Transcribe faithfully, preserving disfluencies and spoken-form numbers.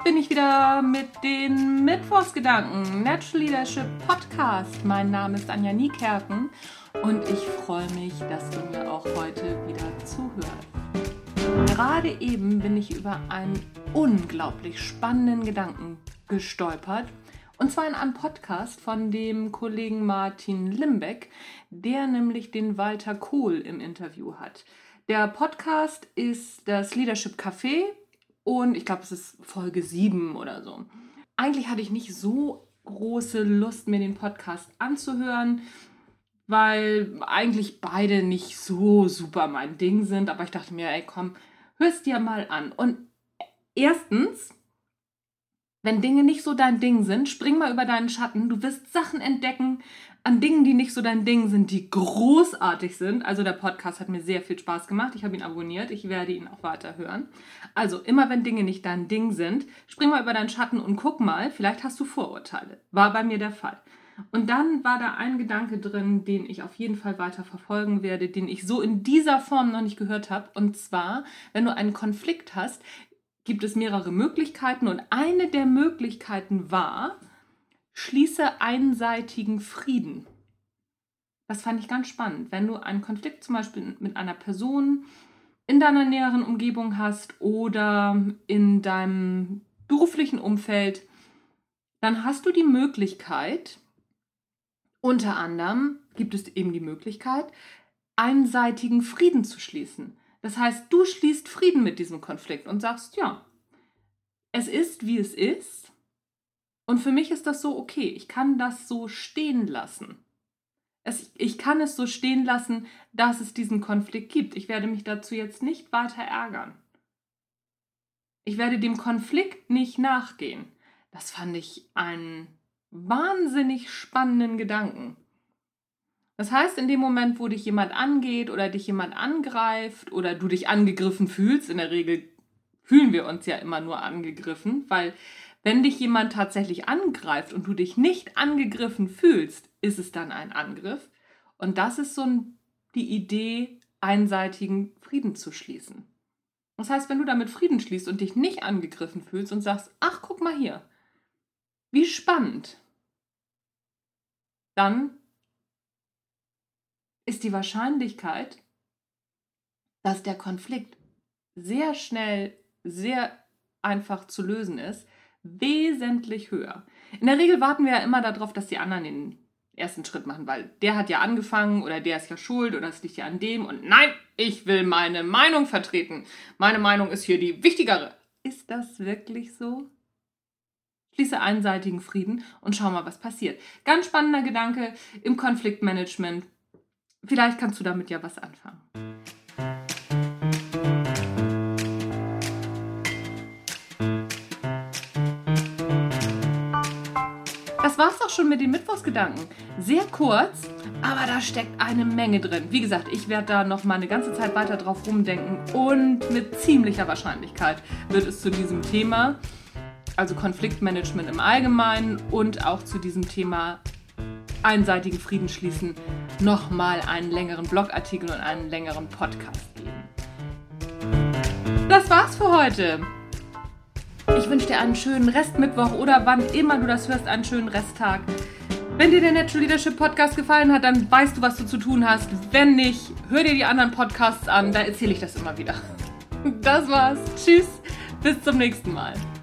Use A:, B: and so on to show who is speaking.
A: bin ich wieder mit den Mittwochsgedanken, Natural Leadership Podcast. Mein Name ist Anja Niekerken und ich freue mich, dass du mir auch heute wieder zuhörst. Gerade eben bin ich über einen unglaublich spannenden Gedanken gestolpert. Und zwar in einem Podcast von dem Kollegen Martin Limbeck, der nämlich den Walter Kohl im Interview hat. Der Podcast ist das Leadership Café und ich glaube, es ist Folge sieben oder so. Eigentlich hatte ich nicht so große Lust, mir den Podcast anzuhören, weil eigentlich beide nicht so super mein Ding sind. Aber ich dachte mir, ey komm, hör's dir mal an. Und erstens, wenn Dinge nicht so dein Ding sind, spring mal über deinen Schatten. Du wirst Sachen entdecken an Dingen, die nicht so dein Ding sind, die großartig sind. Also der Podcast hat mir sehr viel Spaß gemacht. Ich habe ihn abonniert. Ich werde ihn auch weiter hören. Also immer wenn Dinge nicht dein Ding sind, spring mal über deinen Schatten und guck mal, vielleicht hast du Vorurteile. War bei mir der Fall. Und dann war da ein Gedanke drin, den ich auf jeden Fall weiter verfolgen werde, den ich so in dieser Form noch nicht gehört habe. Und zwar, wenn du einen Konflikt hast, gibt es mehrere Möglichkeiten und eine der Möglichkeiten war, schließe einseitigen Frieden. Das fand ich ganz spannend. Wenn du einen Konflikt zum Beispiel mit einer Person in deiner näheren Umgebung hast oder in deinem beruflichen Umfeld, dann hast du die Möglichkeit, unter anderem gibt es eben die Möglichkeit, einseitigen Frieden zu schließen. Das heißt, du schließt Frieden mit diesem Konflikt und sagst, ja, es ist, wie es ist und für mich ist das so okay. Ich kann das so stehen lassen. Es, ich kann es so stehen lassen, dass es diesen Konflikt gibt. Ich werde mich dazu jetzt nicht weiter ärgern. Ich werde dem Konflikt nicht nachgehen. Das fand ich einen wahnsinnig spannenden Gedanken. Das heißt, in dem Moment, wo dich jemand angeht oder dich jemand angreift oder du dich angegriffen fühlst, in der Regel fühlen wir uns ja immer nur angegriffen, weil wenn dich jemand tatsächlich angreift und du dich nicht angegriffen fühlst, ist es dann ein Angriff. Und das ist so die Idee, einseitigen Frieden zu schließen. Das heißt, wenn du damit Frieden schließt und dich nicht angegriffen fühlst und sagst, ach, guck mal hier, wie spannend, dann ist die Wahrscheinlichkeit, dass der Konflikt sehr schnell, sehr einfach zu lösen ist, wesentlich höher. In der Regel warten wir ja immer darauf, dass die anderen den ersten Schritt machen, weil der hat ja angefangen oder der ist ja schuld oder es liegt ja an dem und nein, ich will meine Meinung vertreten. Meine Meinung ist hier die wichtigere. Ist das wirklich so? Schließe einseitigen Frieden und schau mal, was passiert. Ganz spannender Gedanke im Konfliktmanagement. Vielleicht kannst du damit ja was anfangen. Das war's auch schon mit den Mittwochsgedanken. Sehr kurz, aber da steckt eine Menge drin. Wie gesagt, ich werde da noch mal eine ganze Zeit weiter drauf rumdenken und mit ziemlicher Wahrscheinlichkeit wird es zu diesem Thema, also Konfliktmanagement im Allgemeinen und auch zu diesem Thema einseitigen Frieden schließen, nochmal einen längeren Blogartikel und einen längeren Podcast geben. Das war's für heute. Ich wünsche dir einen schönen Restmittwoch oder wann immer du das hörst, einen schönen Resttag. Wenn dir der Natural Leadership Podcast gefallen hat, dann weißt du, was du zu tun hast. Wenn nicht, hör dir die anderen Podcasts an, da erzähle ich das immer wieder. Das war's. Tschüss, bis zum nächsten Mal.